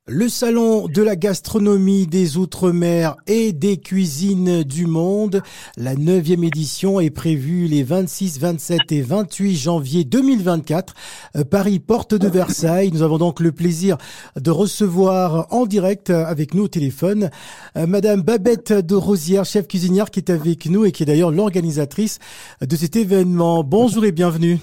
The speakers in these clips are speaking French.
Le salon de la gastronomie des Outre-mer et des cuisines du monde, la 9e édition est prévue les 26, 27 et 28 janvier 2024, Paris, porte de Versailles. Nous avons donc le plaisir de recevoir en direct avec nous au téléphone Madame Babette de Rosière, chef cuisinière qui est avec nous et qui est d'ailleurs l'organisatrice de cet événement. Bonjour et bienvenue.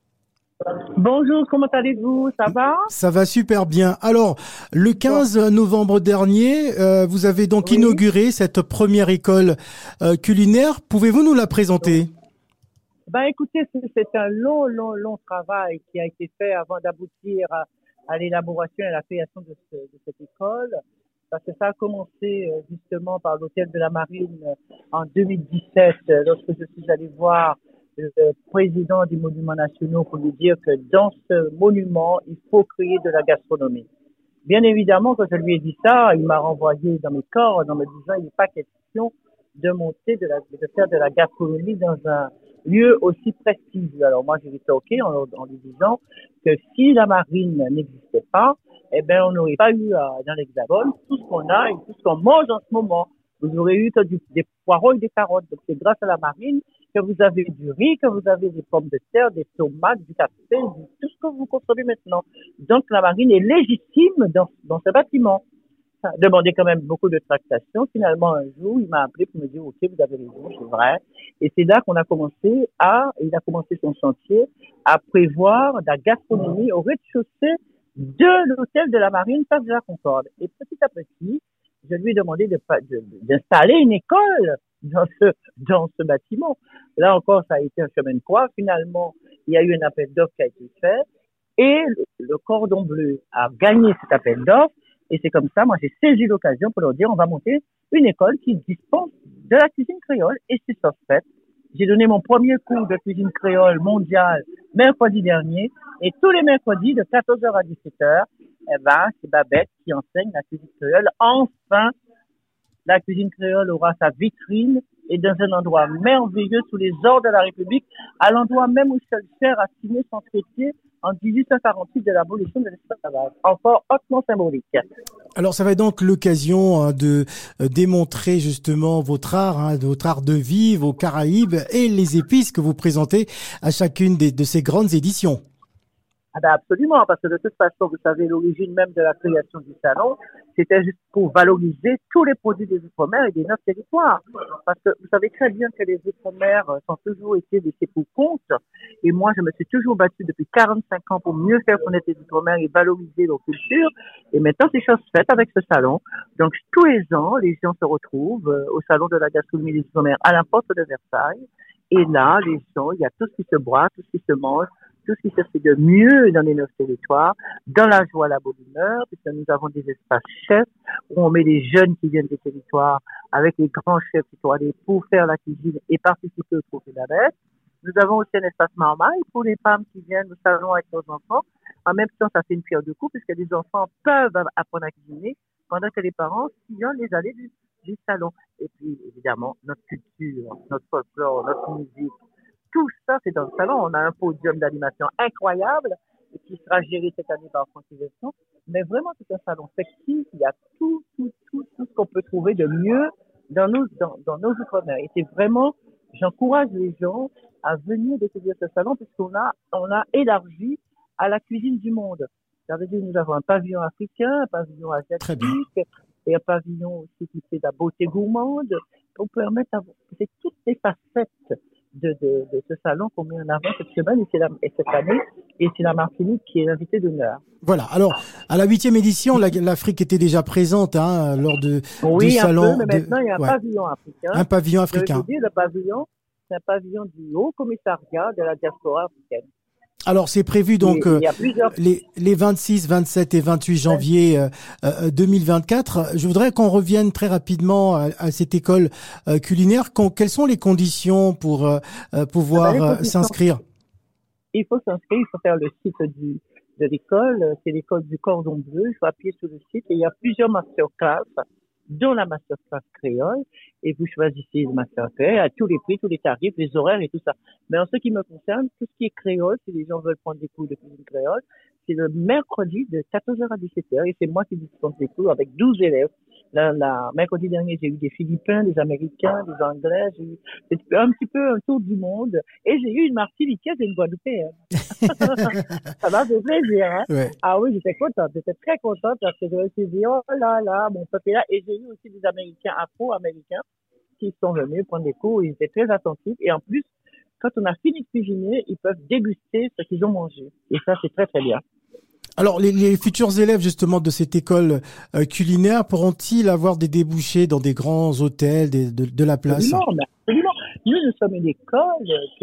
Bonjour, comment allez-vous? Ça va? Ça va super bien. Alors, le 15 novembre dernier, vous avez donc inauguré cette première école culinaire. Pouvez-vous nous la présenter? Écoutez, c'est un long travail qui a été fait avant d'aboutir à l'élaboration et à la création de cette école. Parce que ça a commencé justement par l'Hôtel de la Marine en 2017, lorsque je suis allée voir le président des Monuments Nationaux pour lui dire que dans ce monument, il faut créer de la gastronomie. Bien évidemment, quand je lui ai dit ça, il m'a renvoyé dans mes cordes en me disant il n'est pas question de de faire de la gastronomie dans un lieu aussi prestigieux. Alors moi, j'ai dit OK en lui disant que si la marine n'existait pas, eh ben, on n'aurait pas eu dans l'Hexagone tout ce qu'on a et tout ce qu'on mange en ce moment. Vous aurez eu que des poireaux et des carottes. Donc c'est grâce à la marine que vous avez du riz, que vous avez des pommes de terre, des tomates, du café, tout ce que vous consommez maintenant. Donc la marine est légitime dans ce bâtiment. Ça a demandé quand même beaucoup de tractations. Finalement, un jour, il m'a appelé pour me dire, OK, vous avez raison, c'est vrai. Et c'est là qu'on a commencé il a commencé son chantier à prévoir la gastronomie au rez-de-chaussée de l'hôtel de la Marine, place de la Concorde. Et petit à petit, je lui ai demandé d'installer une école dans ce bâtiment. Là encore, ça a été un chemin de croix. Finalement, il y a eu un appel d'offres qui a été fait et le Cordon Bleu a gagné cet appel d'offres. Et c'est comme ça, moi, j'ai saisi l'occasion pour leur dire, on va monter une école qui dispense de la cuisine créole. Et c'est ça fait. J'ai donné mon premier cours de cuisine créole mondiale mercredi dernier. Et tous les mercredis, de 14h à 17h, c'est Babette qui enseigne la cuisine créole. Enfin, la cuisine créole aura sa vitrine et dans un endroit merveilleux sous les ors de la République, à l'endroit même où Schœlcher a signé son traité en 1848 de l'abolition de l'esclavage. Encore hautement symbolique. Alors, ça va être donc l'occasion de démontrer justement votre art de vivre, vos Caraïbes et les épices que vous présentez à chacune de ces grandes éditions. Absolument, parce que de toute façon, vous savez, l'origine même de la création du salon, c'était juste pour valoriser tous les produits des Outre-mer et des neuf territoires. Parce que vous savez très bien que les Outre-mer ont toujours été laissés pour compte. Et moi, je me suis toujours battue depuis 45 ans pour mieux faire connaître les Outre-mer et valoriser leur culture. Et maintenant, c'est chose faite avec ce salon. Donc, tous les ans, les gens se retrouvent au salon de la gastronomie des Outre-mer à la porte de Versailles. Et là, les gens, il y a tout ce qui se boit, tout ce qui se mange, tout ce qui se fait de mieux dans les neuf territoires, dans la joie, la bonne humeur, puisque nous avons des espaces chefs où on met les jeunes qui viennent des territoires avec les grands chefs qui sont allés pour faire la cuisine et participer au trophée d'Arès. Nous avons aussi un espace marmaille pour les femmes qui viennent au salon avec leurs enfants. En même temps, ça fait une pierre de coups puisque les enfants peuvent apprendre à cuisiner pendant que les parents sillonnent les allées du salon. Et puis, évidemment, notre culture, notre folklore, notre musique, tout ça, c'est dans le salon. On a un podium d'animation incroyable qui sera géré cette année par Francis Vesson. Mais vraiment, c'est un salon festif. Il y a tout ce qu'on peut trouver de mieux dans nos Outre-mer. Et c'est vraiment, j'encourage les gens à venir découvrir ce salon puisqu'on a élargi à la cuisine du monde. Ça veut dire que nous avons un pavillon africain, un pavillon asiatique et un pavillon aussi qui fait de la beauté gourmande pour permettre c'est toutes les facettes de ce salon qu'on met en avant cette semaine et cette année, et c'est la Martinique qui est l'invité d'honneur. Voilà. Alors, à la 8e édition, l'Afrique était déjà présente lors du salon. Oui, mais maintenant il y a un pavillon africain. Un pavillon africain. Je veux dire, le pavillon, c'est un pavillon du Haut Commissariat de la diaspora africaine. Alors, c'est prévu donc les 26, 27 et 28 janvier 2024. Je voudrais qu'on revienne très rapidement à cette école culinaire. Quelles sont les conditions pour pouvoir s'inscrire? Il faut s'inscrire, il faut faire le site de l'école. C'est l'école du Cordon Bleu. Il faut appuyer sur le site et il y a plusieurs masterclass dont la masterclass créole, et vous choisissez le masterclass à tous les prix, tous les tarifs, les horaires et tout ça. Mais en ce qui me concerne, tout ce qui est créole, si les gens veulent prendre des cours de cuisine créole, c'est le mercredi de 14h à 17h, et c'est moi qui dispense des cours avec 12 élèves. Mercredi dernier, j'ai eu des Philippins, des Américains, des Anglais, c'était un petit peu un tour du monde, et j'ai eu une Martiniquaise et une Guadeloupéenne. Ça m'a fait plaisir, hein? Ouais. Ah oui, j'étais très contente parce que je me suis dit, oh là là, mon peuple est là. Et j'ai eu aussi des Américains, Afro-Américains, qui sont venus prendre des cours, ils étaient très attentifs, et en plus, quand on a fini de cuisiner, ils peuvent déguster ce qu'ils ont mangé. Et ça, c'est très très bien. Alors, les futurs élèves justement de cette école culinaire pourront-ils avoir des débouchés dans des grands hôtels de la place? Absolument. Nous sommes une école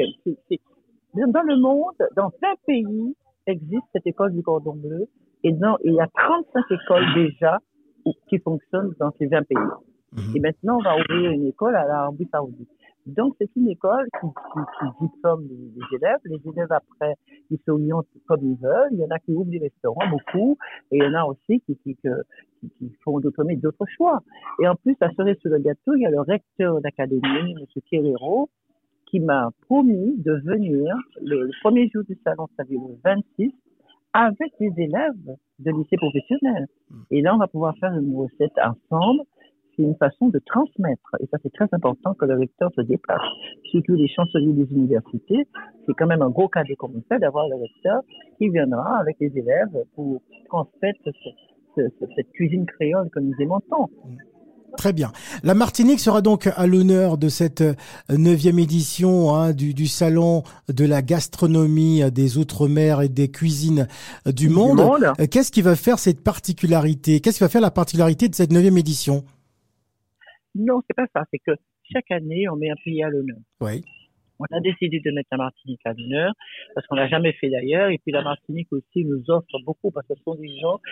dans le monde, dans 20 pays, existe cette école du cordon bleu. Et il y a 35 écoles déjà qui fonctionnent dans ces 20 pays. Et maintenant, on va ouvrir une école à l'Arabie Saoudite. Donc, c'est une école qui diplôme les élèves. Les élèves, après, ils s'orientent comme ils veulent. Il y en a qui ouvrent des restaurants, beaucoup. Et il y en a aussi qui font d'autres choix. Et en plus, la cerise sur le gâteau, il y a le recteur d'académie, M. Kerrero, qui m'a promis de venir le premier jour du salon, c'est-à-dire le 26, avec les élèves de lycée professionnel. Et là, on va pouvoir faire une recette ensemble. C'est une façon de transmettre. Et ça, c'est très important que le recteur se déplace. Surtout les chanceliers des universités, c'est quand même un gros cadeau qu'on fait d'avoir le recteur qui viendra avec les élèves pour transmettre cette cuisine créole que nous aimons tant. Très bien. La Martinique sera donc à l'honneur de cette 9e édition du Salon de la gastronomie des Outre-mer et des cuisines du monde. Qu'est-ce qui va faire cette particularité? Qu'est-ce qui va faire la particularité de cette 9e édition? Non, c'est pas ça. C'est que chaque année, on met un pays à l'honneur. Oui. On a décidé de mettre la Martinique à l'honneur parce qu'on l'a jamais fait d'ailleurs. Et puis la Martinique aussi nous offre beaucoup parce que ce sont des gens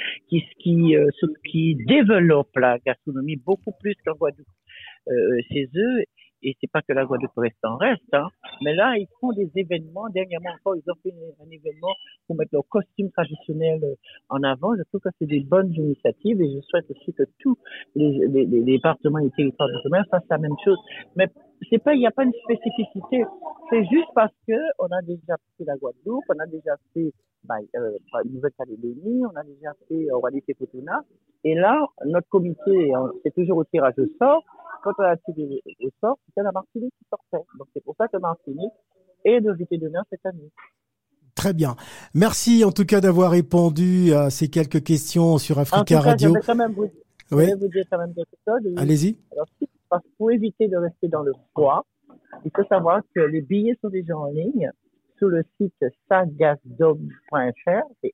qui développent la gastronomie beaucoup plus qu'en Guadeloupe chez eux. Et c'est pas que la Guadeloupe reste en reste, hein. Mais là, ils font des événements. Dernièrement encore, ils ont fait un événement pour mettre leur costume traditionnel en avant. Je trouve que c'est des bonnes initiatives et je souhaite aussi que tous les départements et les territoires de commerce fassent la même chose. Mais il n'y a pas une spécificité. C'est juste parce que on a déjà fait la Guadeloupe, on a déjà fait Nouvelle-Calédonie, on a déjà fait Wallis-et-Futuna. Et là, notre comité, c'est toujours au tirage au sort. Quand on a tiré au sort, c'était la Martinique qui sortait. Donc c'est pour ça que Martinique est l'invité d'honneur cette année. Très bien. Merci en tout cas d'avoir répondu à ces quelques questions sur Africa Radio. Je vais quand même vous dire quand même quelque chose. Allez-y. Alors, pour éviter de rester dans le froid, il faut savoir que les billets sont déjà en ligne sur le site sagasdom.fr, c'est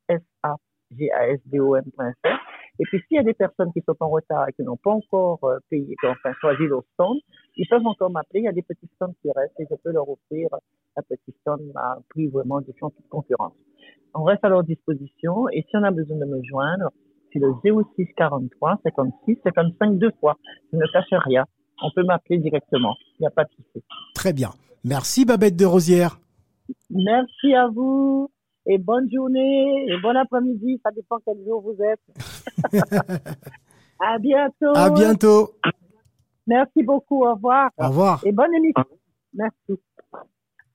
sagasdom.fr. Et puis, s'il y a des personnes qui sont en retard et qui n'ont pas encore payé, qui ont choisi leur stand, ils peuvent encore m'appeler. Il y a des petits stands qui restent et je peux leur offrir un petit stand à un prix vraiment différent de toute concurrence. On reste à leur disposition et si on a besoin de me joindre, c'est le 06 43 56 55 deux fois. Je ne cache rien. On peut m'appeler directement. Il n'y a pas de souci. Très bien. Merci Babette de Rosière. Merci à vous. Et bonne journée et bon après-midi. Ça dépend quel jour vous êtes. À bientôt. À bientôt. Merci beaucoup. Au revoir. Au revoir. Et bonne émission. Merci.